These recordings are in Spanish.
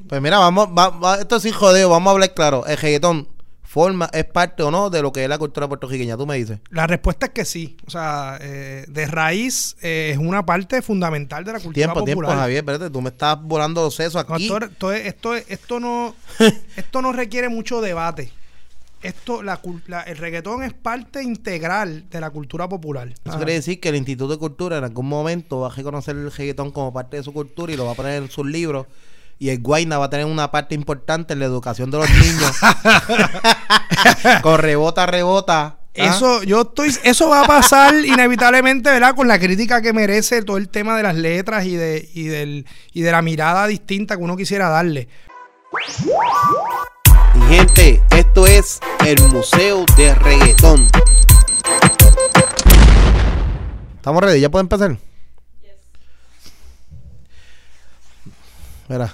Pues mira, esto sin jodeo, vamos a hablar claro. El reggaetón es parte o no de lo que es la cultura puertorriqueña, tú me dices. La respuesta es que sí. O sea, de raíz es una parte fundamental de la cultura popular. Tiempo, Javier, espérate, tú me estás volando los sesos aquí. No, esto no requiere mucho debate. El reggaetón es parte integral de la cultura popular. Eso quiere decir que el Instituto de Cultura en algún momento va a reconocer el reggaetón como parte de su cultura y lo va a poner en sus libros. Y el Guayna va a tener una parte importante en la educación de los niños. Con rebota. Eso va a pasar inevitablemente, ¿verdad? Con la crítica que merece todo el tema de las letras y de la mirada distinta que uno quisiera darle. Y gente, esto es el Museo de Reggaetón. ¿Estamos ready? ¿Ya pueden empezar? Yes. Mira.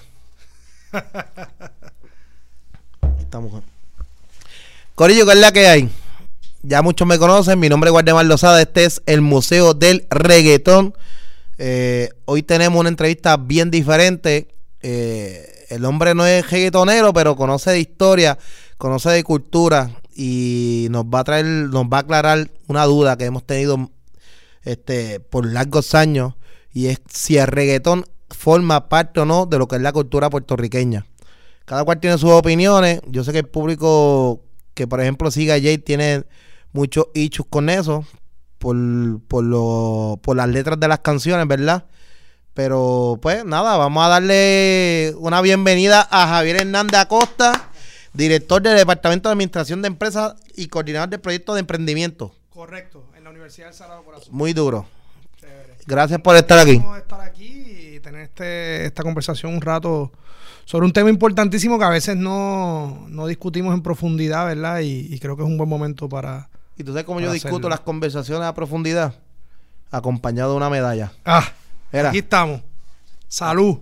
Estamos. Corillo, ¿qué es la que hay? Ya muchos me conocen, mi nombre es Guardemar Lozada, este es el Museo del Reggaetón. Hoy tenemos una entrevista bien diferente. El hombre no es reggaetonero, pero conoce de historia, conoce de cultura y nos va a aclarar una duda que hemos tenido por largos años, y es si el reggaetón forma parte o no de lo que es la cultura puertorriqueña. Cada cual tiene sus opiniones. Yo sé que el público que, por ejemplo, sigue a Jay tiene muchos issues con eso, por las letras de las canciones, ¿verdad? Pero pues nada, vamos a darle una bienvenida a Javier Hernández Acosta, director del Departamento de Administración de Empresas y coordinador del proyecto de emprendimiento. Correcto, en la Universidad del Sagrado Corazón. Muy duro. Chévere. Gracias por estar aquí. Vamos a estar aquí y tener esta conversación un rato sobre un tema importantísimo que a veces no discutimos en profundidad, ¿verdad? Y creo que es un buen momento para... ¿Y tú sabes cómo yo discuto las conversaciones a profundidad? Acompañado de una medalla. Mira. Aquí estamos. Salud.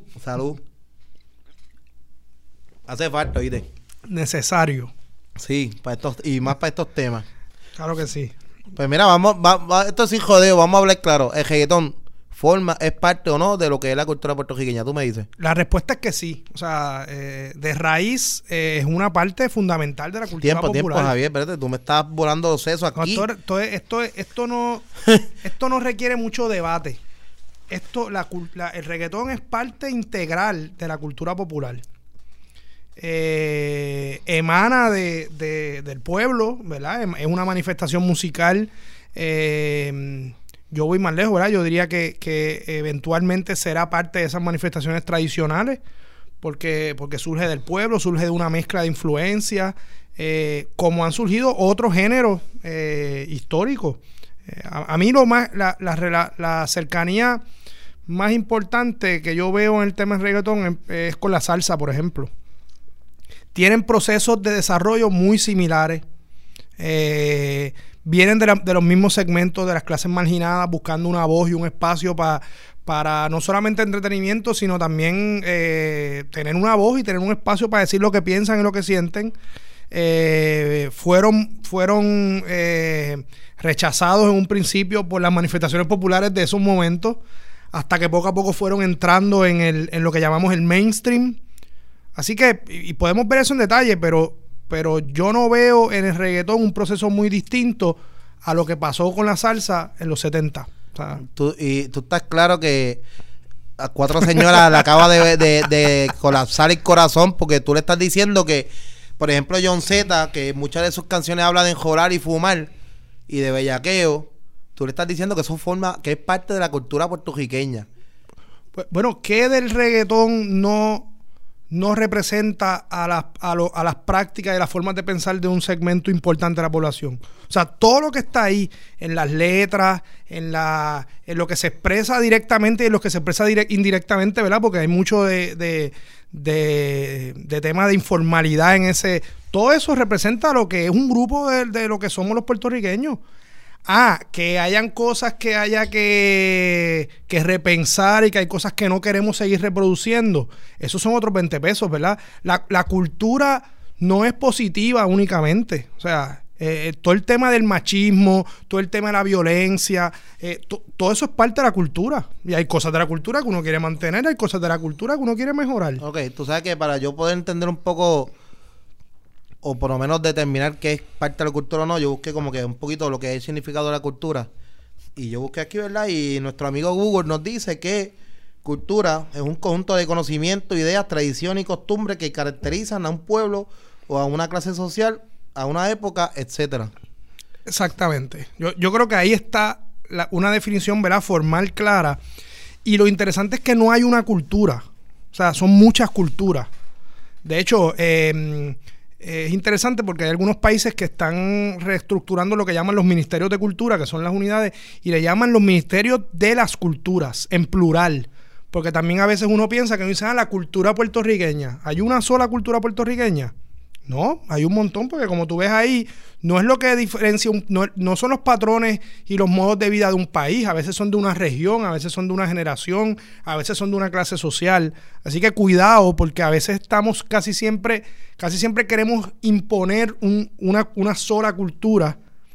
Hace falta, ¿oíste? Necesario. Sí, más para estos temas. Claro que sí. Pues mira, esto sin jodeo, vamos a hablar claro. El reggaetón es parte o no de lo que es la cultura puertorriqueña, tú me dices. La respuesta es que sí. O sea, de raíz es una parte fundamental de la cultura popular. Tiempo, Javier, espérate, tú me estás volando los sesos aquí. Esto no requiere mucho debate. El reggaetón es parte integral de la cultura popular. Emana del pueblo, ¿verdad? Es una manifestación musical. Yo voy más lejos, ¿verdad? Yo diría que eventualmente será parte de esas manifestaciones tradicionales, porque surge del pueblo, surge de una mezcla de influencias, como han surgido otros géneros históricos. A mí la cercanía más importante que yo veo en el tema del reggaetón es con la salsa, por ejemplo. Tienen procesos de desarrollo muy similares. Vienen de los mismos segmentos de las clases marginadas, buscando una voz y un espacio para no solamente entretenimiento, sino también tener una voz y tener un espacio para decir lo que piensan y lo que sienten. Fueron rechazados en un principio por las manifestaciones populares de esos momentos, hasta que poco a poco fueron entrando en lo que llamamos el mainstream. Así que, y podemos ver eso en detalle, pero yo no veo en el reggaetón un proceso muy distinto a lo que pasó con la salsa en los 70. O sea, tú estás claro que a 4 señoras le acaba de colapsar el corazón, porque tú le estás diciendo que, por ejemplo, John Z, que muchas de sus canciones hablan de enjolar y fumar y de bellaqueo, tú le estás diciendo que que es parte de la cultura puertorriqueña. Pues, bueno, ¿qué del reggaetón no representa a las prácticas y las formas de pensar de un segmento importante de la población? O sea, todo lo que está ahí, en las letras, en lo que se expresa directamente y en lo que se expresa indirectamente, ¿verdad? Porque hay mucho de tema de informalidad en ese... Todo eso representa lo que es un grupo de lo que somos los puertorriqueños. Que hayan cosas que haya que repensar y que hay cosas que no queremos seguir reproduciendo. Esos son otros 20 pesos, ¿verdad? La cultura no es positiva únicamente. O sea, Todo el tema del machismo, todo el tema de la violencia, todo eso es parte de la cultura. Y hay cosas de la cultura que uno quiere mantener, hay cosas de la cultura que uno quiere mejorar. Ok, tú sabes que para yo poder entender un poco, o por lo menos determinar qué es parte de la cultura o no, yo busqué como que un poquito lo que es el significado de la cultura. Y yo busqué aquí, ¿verdad? Y nuestro amigo Google nos dice que cultura es un conjunto de conocimientos, ideas, tradiciones y costumbres que caracterizan a un pueblo o a una clase social, a una época, etcétera. Exactamente. Yo creo que ahí está una definición, ¿verdad?, formal, clara. Y lo interesante es que no hay una cultura. O sea, son muchas culturas. De hecho, es interesante porque hay algunos países que están reestructurando lo que llaman los ministerios de cultura, que son las unidades, y le llaman los ministerios de las culturas, en plural. Porque también a veces uno piensa que uno dice, la cultura puertorriqueña. ¿Hay una sola cultura puertorriqueña? No, hay un montón, porque como tú ves ahí, no es lo que diferencia, no son los patrones y los modos de vida de un país, a veces son de una región, a veces son de una generación, a veces son de una clase social. Así que cuidado, porque a veces estamos casi siempre queremos imponer una sola cultura,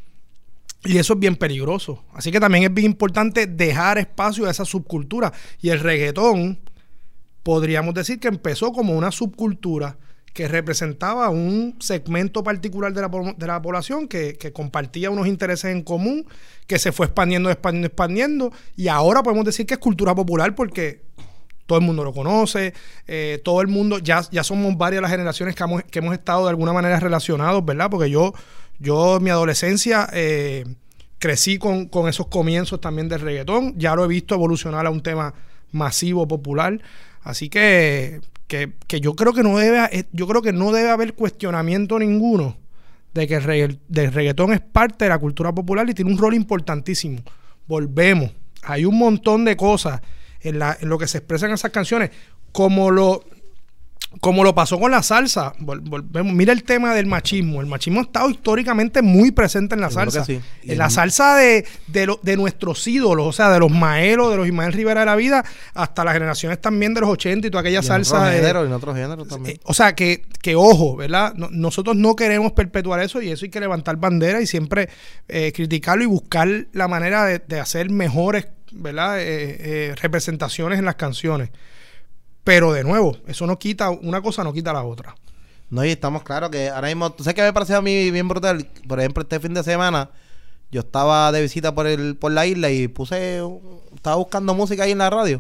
y eso es bien peligroso. Así que también es bien importante dejar espacio a esa subcultura. Y el reggaetón, podríamos decir que empezó como una subcultura que representaba un segmento particular de la población que compartía unos intereses en común, que se fue expandiendo, y ahora podemos decir que es cultura popular porque todo el mundo lo conoce, todo el mundo, ya somos varias las generaciones que hemos estado de alguna manera relacionados, ¿verdad? Porque yo en mi adolescencia crecí con esos comienzos también del reggaetón, ya lo he visto evolucionar a un tema masivo, popular, así que yo creo que no debe haber cuestionamiento ninguno de que el reggaetón es parte de la cultura popular y tiene un rol importantísimo. Volvemos, hay un montón de cosas en lo que se expresan en esas canciones, como lo pasó con la salsa. Volvemos, mira el tema del machismo. El machismo ha estado históricamente muy presente en la salsa. Sí. En la salsa de nuestros ídolos, o sea, de los Maelos, de los Ismael Rivera de la vida, hasta las generaciones también de los 80 y toda aquella salsa. En otros géneros también. O sea, que ojo, ¿verdad? Nosotros no queremos perpetuar eso, y eso hay que levantar bandera y siempre criticarlo y buscar la manera de hacer mejores, ¿verdad? Representaciones en las canciones. Pero de nuevo, eso no quita, una cosa no quita la otra. No, y estamos claros que ahora mismo, ¿tú sabes qué me pareció a mí bien brutal? Por ejemplo, este fin de semana, yo estaba de visita por la isla y estaba buscando música ahí en la radio.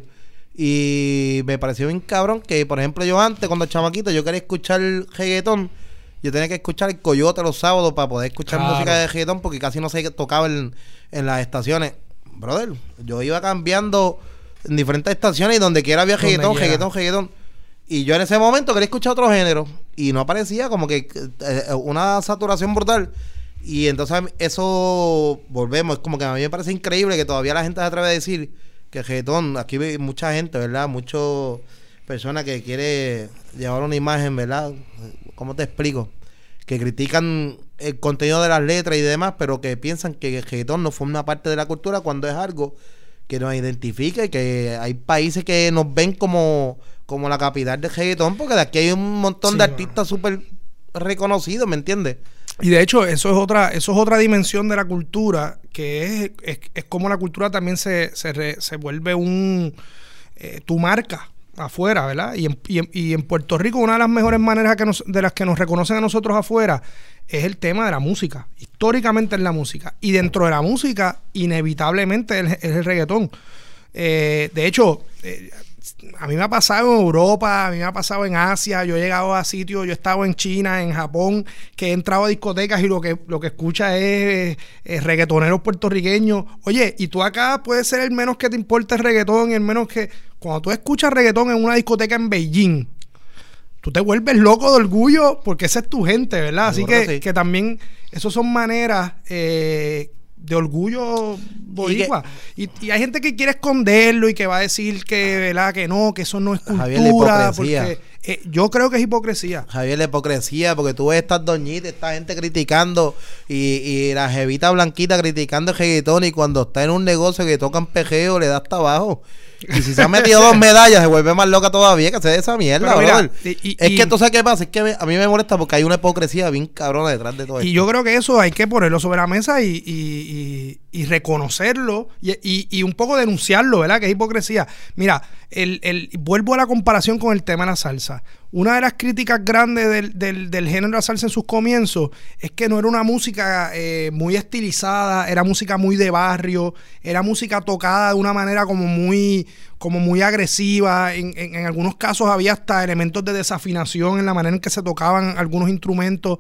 Y me pareció bien cabrón que, por ejemplo, yo antes, cuando chamaquito, yo quería escuchar reggaetón, yo tenía que escuchar el Coyote los sábados para poder escuchar música de reggaetón, porque casi no se tocaba en las estaciones. Brother, yo iba cambiando en diferentes estaciones y donde quiera había reggaetón. Y yo en ese momento quería escuchar otro género y no aparecía, como que una saturación brutal. Y entonces eso, volvemos, es como que a mí me parece increíble que todavía la gente se atreve a decir que el reggaetón, aquí hay mucha gente, ¿verdad? Muchas personas que quiere llevar una imagen, ¿verdad? ¿Cómo te explico? Que critican el contenido de las letras y demás, pero que piensan que el reggaetón no forma parte de la cultura cuando es algo que nos identifica, y que hay países que nos ven como la capital del reggaetón, porque de aquí hay un montón de artistas súper reconocidos, ¿me entiendes? Y de hecho, eso es otra dimensión de la cultura, que es como la cultura también se vuelve tu marca afuera, ¿verdad? Y en Puerto Rico, una de las mejores maneras de las que nos reconocen a nosotros afuera es el tema de la música. Históricamente es la música. Y dentro de la música, inevitablemente es el reggaetón. De hecho, a mí me ha pasado en Europa, a mí me ha pasado en Asia, yo he llegado a sitios, yo he estado en China, en Japón, que he entrado a discotecas y lo que escucha es reggaetoneros puertorriqueños. Oye, y tú acá puedes ser el menos que te importe el reggaetón, y el menos que... Cuando tú escuchas reggaetón en una discoteca en Beijing, tú te vuelves loco de orgullo porque esa es tu gente, ¿verdad? Así que también esas son maneras de orgullo boricua. Y hay gente que quiere esconderlo y que va a decir que, ¿verdad?, que no, que eso no es cultura. Javier, la hipocresía. Porque yo creo que es hipocresía. Javier, la hipocresía, porque tú ves estas doñitas, esta gente criticando y la jevita blanquita criticando el reggaetón, y cuando está en un negocio que tocan pejeo le da hasta abajo. Y si se han metido 2 medallas, se vuelve más loca todavía que se de esa mierda, pero mira, brother. Es que tú sabes qué pasa, es que a mí me molesta porque hay una hipocresía bien cabrona detrás de todo esto. Y yo creo que eso hay que ponerlo sobre la mesa y reconocerlo y un poco denunciarlo, ¿verdad? Que es hipocresía. Mira, vuelvo a la comparación con el tema de la salsa. Una de las críticas grandes del género de la salsa en sus comienzos es que no era una música muy estilizada, era música muy de barrio, era música tocada de una manera como muy agresiva. En algunos casos había hasta elementos de desafinación en la manera en que se tocaban algunos instrumentos.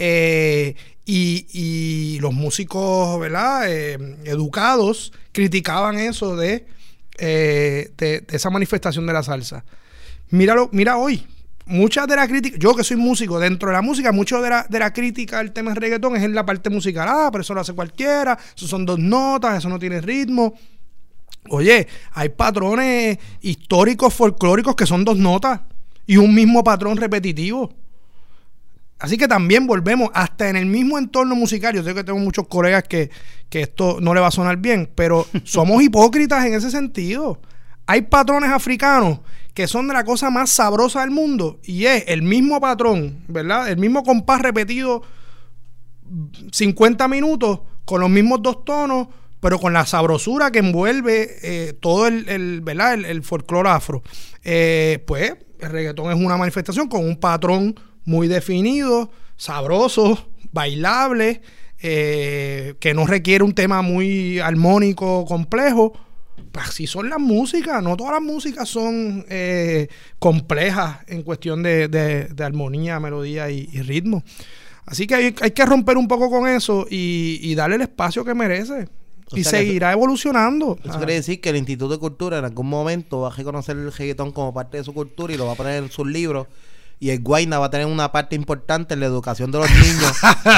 Y los músicos, ¿verdad? Educados criticaban eso de esa manifestación de la salsa. Mira hoy. Muchas de las críticas, yo que soy músico, dentro de la música, mucho de la crítica del tema del reggaetón es en la parte musical. Pero eso lo hace cualquiera, eso son 2 notas, eso no tiene ritmo. Oye, hay patrones históricos, folclóricos que son 2 notas y un mismo patrón repetitivo. Así que también volvemos hasta en el mismo entorno musical. Yo sé que tengo muchos colegas que esto no le va a sonar bien, pero somos hipócritas en ese sentido. Hay patrones africanos que son de la cosa más sabrosa del mundo y es el mismo patrón, ¿verdad? El mismo compás repetido 50 minutos con los mismos 2 tonos, pero con la sabrosura que envuelve todo ¿verdad? El folclore afro. Pues el reggaetón es una manifestación con un patrón muy definido, sabroso, bailable, que no requiere un tema muy armónico, complejo. Pues así son las músicas. No todas las músicas son complejas en cuestión de armonía, melodía y ritmo. Así que hay que romper un poco con eso y darle el espacio que merece. Y seguirá evolucionando. Eso quiere decir que el Instituto de Cultura en algún momento va a reconocer el reggaetón como parte de su cultura y lo va a poner en sus libros. Y el Guayna va a tener una parte importante en la educación de los niños.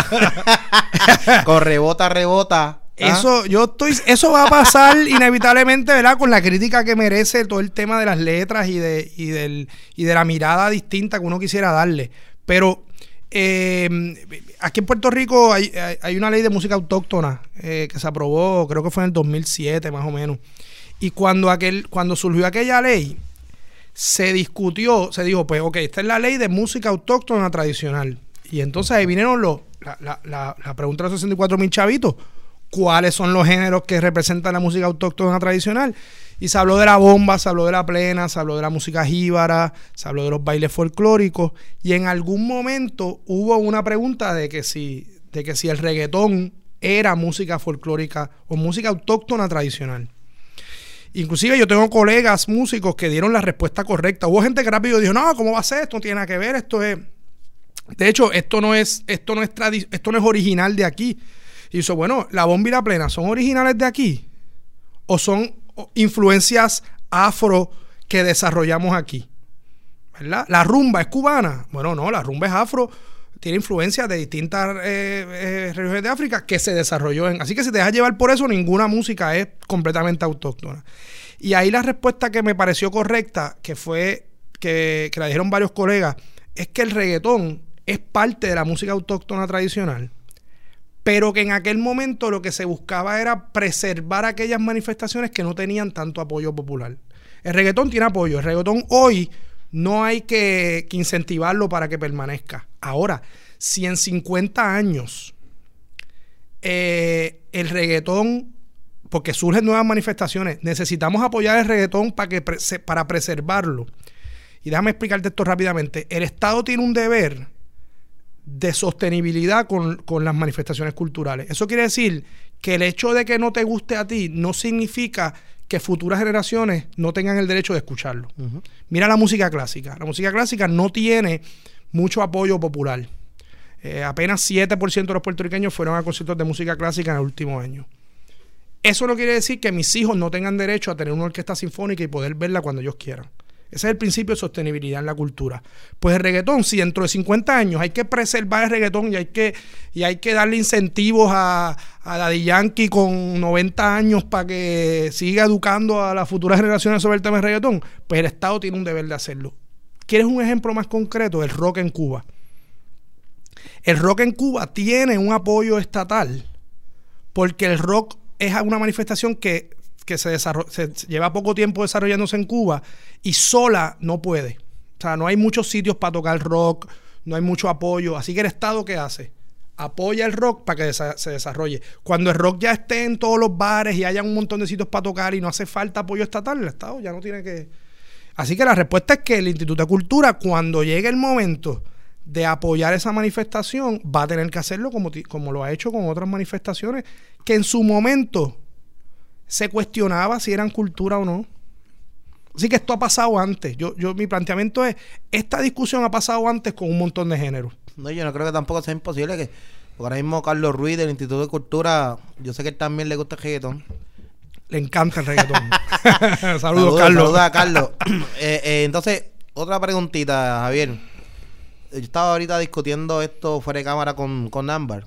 Con rebota. Eso va a pasar inevitablemente, ¿verdad? Con la crítica que merece todo el tema de las letras y de la mirada distinta que uno quisiera darle. Pero aquí en Puerto Rico hay una ley de música autóctona que se aprobó, creo que fue en el 2007 más o menos. Y cuando surgió aquella ley, se discutió, se dijo, pues, ok, esta es la ley de música autóctona tradicional. Y entonces ahí vinieron la pregunta de los 64,000 chavitos. ¿Cuáles son los géneros que representan la música autóctona tradicional? Y se habló de la bomba, se habló de la plena, se habló de la música jíbara, se habló de los bailes folclóricos. Y en algún momento hubo una pregunta de que si el reggaetón era música folclórica o música autóctona tradicional. Inclusive yo tengo colegas músicos que dieron la respuesta correcta. Hubo gente que rápido dijo, no, ¿cómo va a ser? Esto no tiene nada que ver, esto es... De hecho, esto no es original de aquí. Y dice, bueno, la bomba y la plena, ¿son originales de aquí? ¿O son influencias afro que desarrollamos aquí? ¿Verdad? ¿La rumba es cubana? Bueno, no, la rumba es afro. Tiene influencias de distintas regiones de África que se desarrolló en... Así que si te dejas llevar por eso, ninguna música es completamente autóctona. Y ahí la respuesta que me pareció correcta, que fue que la dijeron varios colegas, es que el reggaetón es parte de la música autóctona tradicional, pero que en aquel momento lo que se buscaba era preservar aquellas manifestaciones que no tenían tanto apoyo popular. El reggaetón tiene apoyo. El reggaetón hoy no hay que incentivarlo para que permanezca. Ahora, si en 50 años el reggaetón, porque surgen nuevas manifestaciones, necesitamos apoyar el reggaetón para preservarlo. Y déjame explicarte esto rápidamente. El Estado tiene un deber de sostenibilidad con las manifestaciones culturales. Eso quiere decir que el hecho de que no te guste a ti no significa que futuras generaciones no tengan el derecho de escucharlo. Uh-huh. Mira la música clásica. La música clásica no tiene mucho apoyo popular. Apenas 7% de los puertorriqueños fueron a conciertos de música clásica en el último año. Eso no quiere decir que mis hijos no tengan derecho a tener una orquesta sinfónica y poder verla cuando ellos quieran. Ese es el principio de sostenibilidad en la cultura. Pues el reggaetón, si dentro de 50 años hay que preservar el reggaetón y hay que darle incentivos a Daddy Yankee con 90 años para que siga educando a las futuras generaciones sobre el tema del reggaetón, pues el Estado tiene un deber de hacerlo. ¿Quieres un ejemplo más concreto? El rock en Cuba. El rock en Cuba tiene un apoyo estatal porque el rock es una manifestación que que se lleva poco tiempo desarrollándose en Cuba y sola no puede. O sea, no hay muchos sitios para tocar rock, no hay mucho apoyo. Así que el Estado, ¿qué hace? Apoya el rock para que se desarrolle. Cuando el rock ya esté en todos los bares y haya un montón de sitios para tocar y no hace falta apoyo estatal, el Estado ya no tiene que... Así que la respuesta es que el Instituto de Cultura, cuando llegue el momento de apoyar esa manifestación, va a tener que hacerlo como lo ha hecho con otras manifestaciones que en su momento se cuestionaba si eran cultura o no. Así que esto ha pasado antes. Mi planteamiento es, esta discusión ha pasado antes con un montón de géneros. No, yo no creo que tampoco sea imposible porque ahora mismo Carlos Ruiz del Instituto de Cultura, yo sé que él también le gusta el reggaetón. Le encanta el reggaetón. Saludos, Carlos. Saludos a Carlos. Entonces, otra preguntita, Javier. Yo estaba ahorita discutiendo esto fuera de cámara con Ámbar.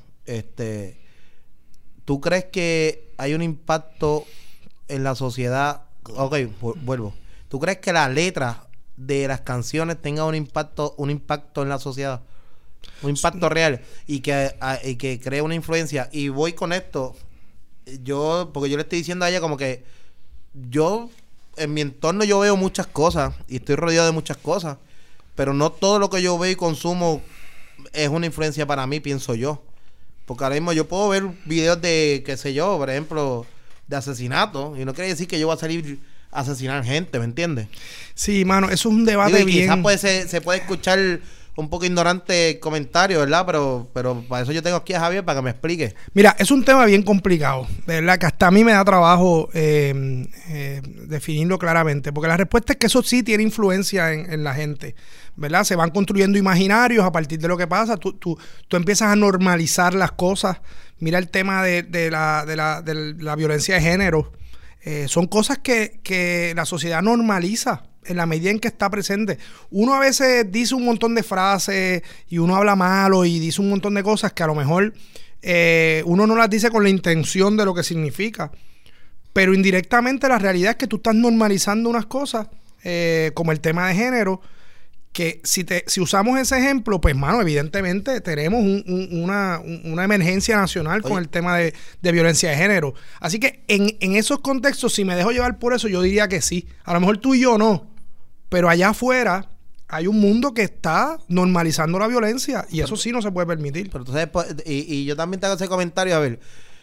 ¿Tú crees que hay un impacto en la sociedad? Ok, vuelvo. ¿Tú crees que la letra de las canciones tenga un impacto en la sociedad? Un impacto real y que cree una influencia. Y voy con esto, porque yo le estoy diciendo a ella como que yo, en mi entorno yo veo muchas cosas y estoy rodeado de muchas cosas, pero no todo lo que yo veo y consumo es una influencia para mí, pienso yo. Porque ahora mismo yo puedo ver videos de, qué sé yo, por ejemplo, de asesinato, y no quiere decir que yo voy a salir a asesinar gente, ¿me entiendes? Sí, mano, eso es un debate bien... Quizás se puede escuchar un poco ignorante el comentario, ¿verdad? Pero para eso yo tengo aquí a Javier para que me explique. Mira, es un tema bien complicado, de verdad, que hasta a mí me da trabajo definirlo claramente, porque la respuesta es que eso sí tiene influencia en la gente, ¿verdad? Se van construyendo imaginarios a partir de lo que pasa, tú empiezas a normalizar las cosas. Mira el tema de la violencia de género. Son cosas que la sociedad normaliza en la medida en que está presente. Uno a veces dice un montón de frases y uno habla malo y dice un montón de cosas que a lo mejor uno no las dice con la intención de lo que significa, pero indirectamente la realidad es que tú estás normalizando unas cosas como el tema de género, que si usamos ese ejemplo, pues mano, evidentemente tenemos una emergencia nacional con el tema de violencia de género. Así que en esos contextos, si me dejo llevar por eso, yo diría que sí. A lo mejor tú y yo no, pero allá afuera hay un mundo que está normalizando la violencia y eso sí no se puede permitir. Pero tú sabes, y yo también te hago ese comentario, a ver,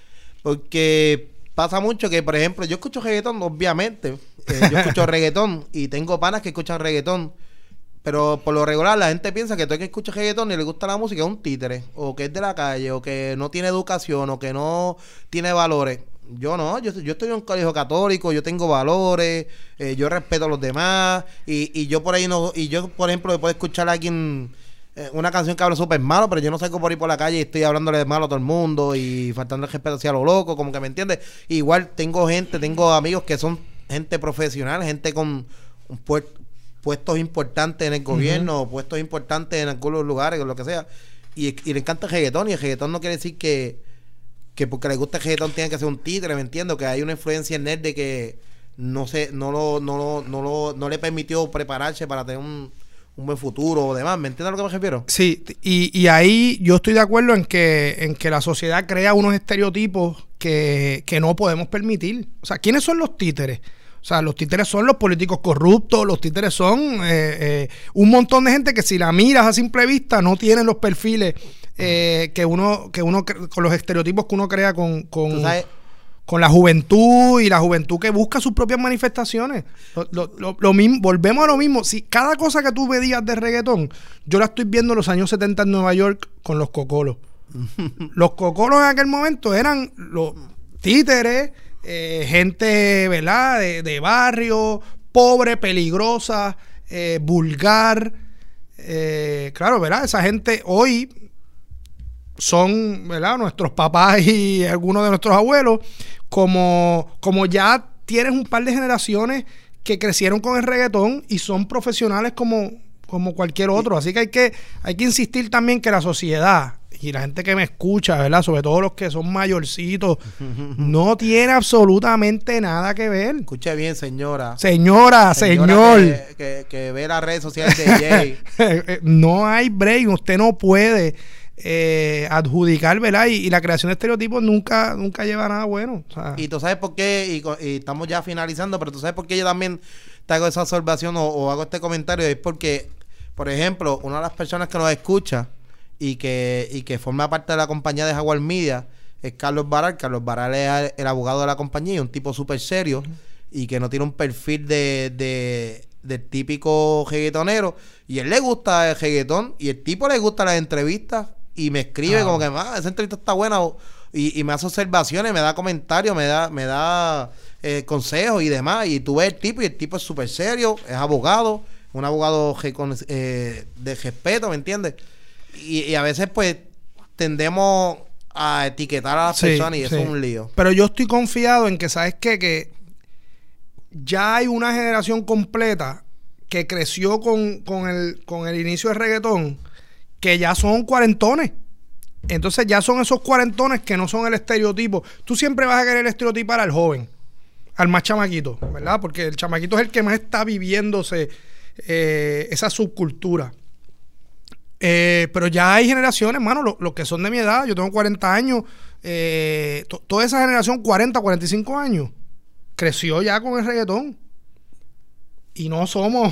porque pasa mucho que, por ejemplo, yo escucho reggaetón, obviamente, yo escucho reggaetón y tengo panas que escuchan reggaetón. Pero por lo regular la gente piensa que todo el que escucha reggaetón y le gusta la música es un títere, o que es de la calle, o que no tiene educación, o que no tiene valores. Yo no, yo estoy en un colegio católico, yo tengo valores, yo respeto a los demás, y yo por ahí no, y yo por ejemplo puedo escuchar a alguien una canción que habla súper malo, pero yo no salgo por ahí por la calle y estoy hablándole de malo a todo el mundo y faltando el respeto hacia lo loco, como que me entiendes. Igual tengo amigos que son gente profesional, gente con un puestos importantes en el gobierno, o puestos importantes en algunos lugares, o lo que sea, y le encanta el reggaetón, y el reggaetón no quiere decir que porque le gusta el reggaetón tiene que ser un títere, me entiendo, que hay una influencia en él de que no le permitió prepararse para tener un buen futuro o demás, ¿me entiendes a lo que me refiero? Sí, y ahí yo estoy de acuerdo en que la sociedad crea unos estereotipos que no podemos permitir. O sea, ¿quiénes son los títeres? O sea, los títeres son los políticos corruptos, los títeres son un montón de gente que si la miras a simple vista no tienen los perfiles que uno con los estereotipos que uno crea con la juventud y la juventud que busca sus propias manifestaciones. Lo mismo, volvemos a lo mismo. Si cada cosa que tú me digas de reggaetón, yo la estoy viendo en los años 70 en Nueva York con los cocolos. Los cocolos en aquel momento eran los títeres, gente, ¿verdad? De barrio, pobre, peligrosa, vulgar. Claro, ¿verdad? Esa gente hoy son, ¿verdad? Nuestros papás y algunos de nuestros abuelos, como ya tienes un par de generaciones que crecieron con el reggaetón y son profesionales como cualquier otro. Así que hay que insistir también que la sociedad y la gente que me escucha, ¿verdad? Sobre todo los que son mayorcitos, no tiene absolutamente nada que ver. Escuche bien, señora. Señor. Que ve las redes sociales de Jay. No hay break. Usted no puede adjudicar, ¿verdad? Y la creación de estereotipos nunca lleva a nada bueno. O sea, y tú sabes por qué, y estamos ya finalizando, pero tú sabes por qué yo también te hago esa observación o hago este comentario, es porque, por ejemplo, una de las personas que nos escucha y que forma parte de la compañía de Jaguar Media es Carlos Baral. Carlos Baral es el abogado de la compañía y un tipo súper serio y que no tiene un perfil del típico reggaetonero, y él le gusta el reggaetón y el tipo le gusta las entrevistas y me escribe como que esa entrevista está buena y me hace observaciones, me da comentarios, me da consejos y demás, y tú ves el tipo y el tipo es súper serio, es abogado, un abogado de respeto, ¿me entiendes? Y a veces pues tendemos a etiquetar a las personas y eso es un lío. Pero yo estoy confiado en que, ¿sabes qué? Que ya hay una generación completa que creció con el inicio del reggaetón, que ya son cuarentones. Entonces ya son esos cuarentones que no son el estereotipo. Tú siempre vas a querer estereotipar al joven, al más chamaquito, ¿verdad? Porque el chamaquito es el que más está viviéndose esa subcultura. Pero ya hay generaciones, hermano, los que son de mi edad, yo tengo 40 años, toda esa generación, 40, 45 años, creció ya con el reggaetón. Y no somos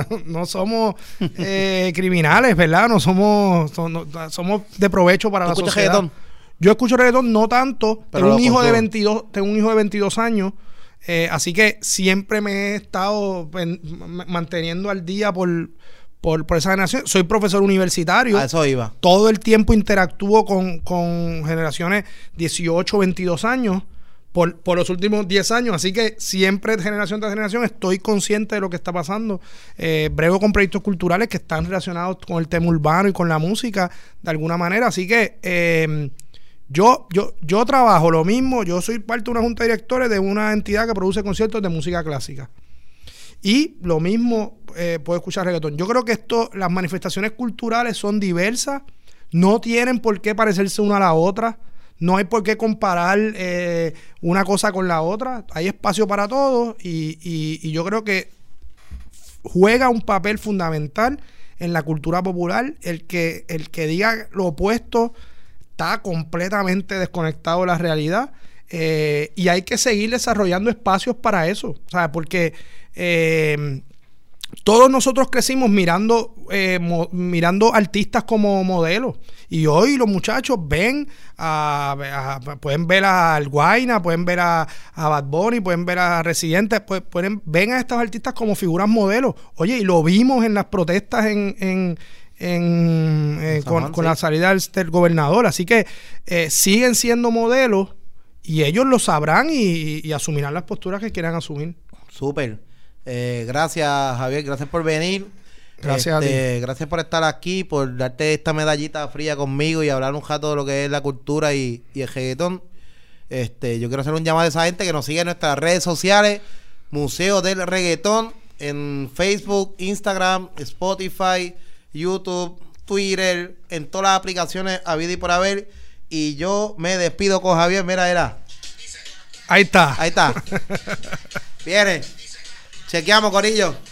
criminales, ¿verdad? No somos de provecho para la sociedad. Reggaetón? Yo escucho reggaetón, no tanto. Pero tengo un hijo de 22 años. Así que siempre me he estado manteniendo al día por esa generación. Soy profesor universitario. A eso iba. Todo el tiempo interactúo con generaciones 18, 22 años. Por los últimos 10 años, así que siempre, generación tras generación, estoy consciente de lo que está pasando. Brego con proyectos culturales que están relacionados con el tema urbano y con la música, de alguna manera. Así que yo trabajo lo mismo. Yo soy parte de una junta de directores de una entidad que produce conciertos de música clásica. Y lo mismo puedo escuchar reggaetón. Yo creo que las manifestaciones culturales son diversas, no tienen por qué parecerse una a la otra. No hay por qué comparar una cosa con la otra. Hay espacio para todos y yo creo que juega un papel fundamental en la cultura popular. El que diga lo opuesto está completamente desconectado de la realidad, y hay que seguir desarrollando espacios para eso. O sea, porque todos nosotros crecimos mirando artistas como modelos. Y hoy los muchachos pueden ver a Alguaina, pueden ver a Bad Bunny, pueden ver a Residente, ven a estos artistas como figuras modelos. Oye, y lo vimos en las protestas con la salida del gobernador. Así que siguen siendo modelos y ellos lo sabrán y asumirán las posturas que quieran asumir. Súper. Gracias, Javier, gracias por venir. Gracias a ti. Gracias por estar aquí, por darte esta medallita fría conmigo y hablar un rato de lo que es la cultura y el reggaetón. Yo quiero hacer un llamado a esa gente que nos sigue en nuestras redes sociales, Museo del Reggaetón, en Facebook, Instagram, Spotify, YouTube, Twitter, en todas las aplicaciones habidas y por haber. Y yo me despido con Javier. Mira, era. Ahí está. Viene. Chequeamos, corillo.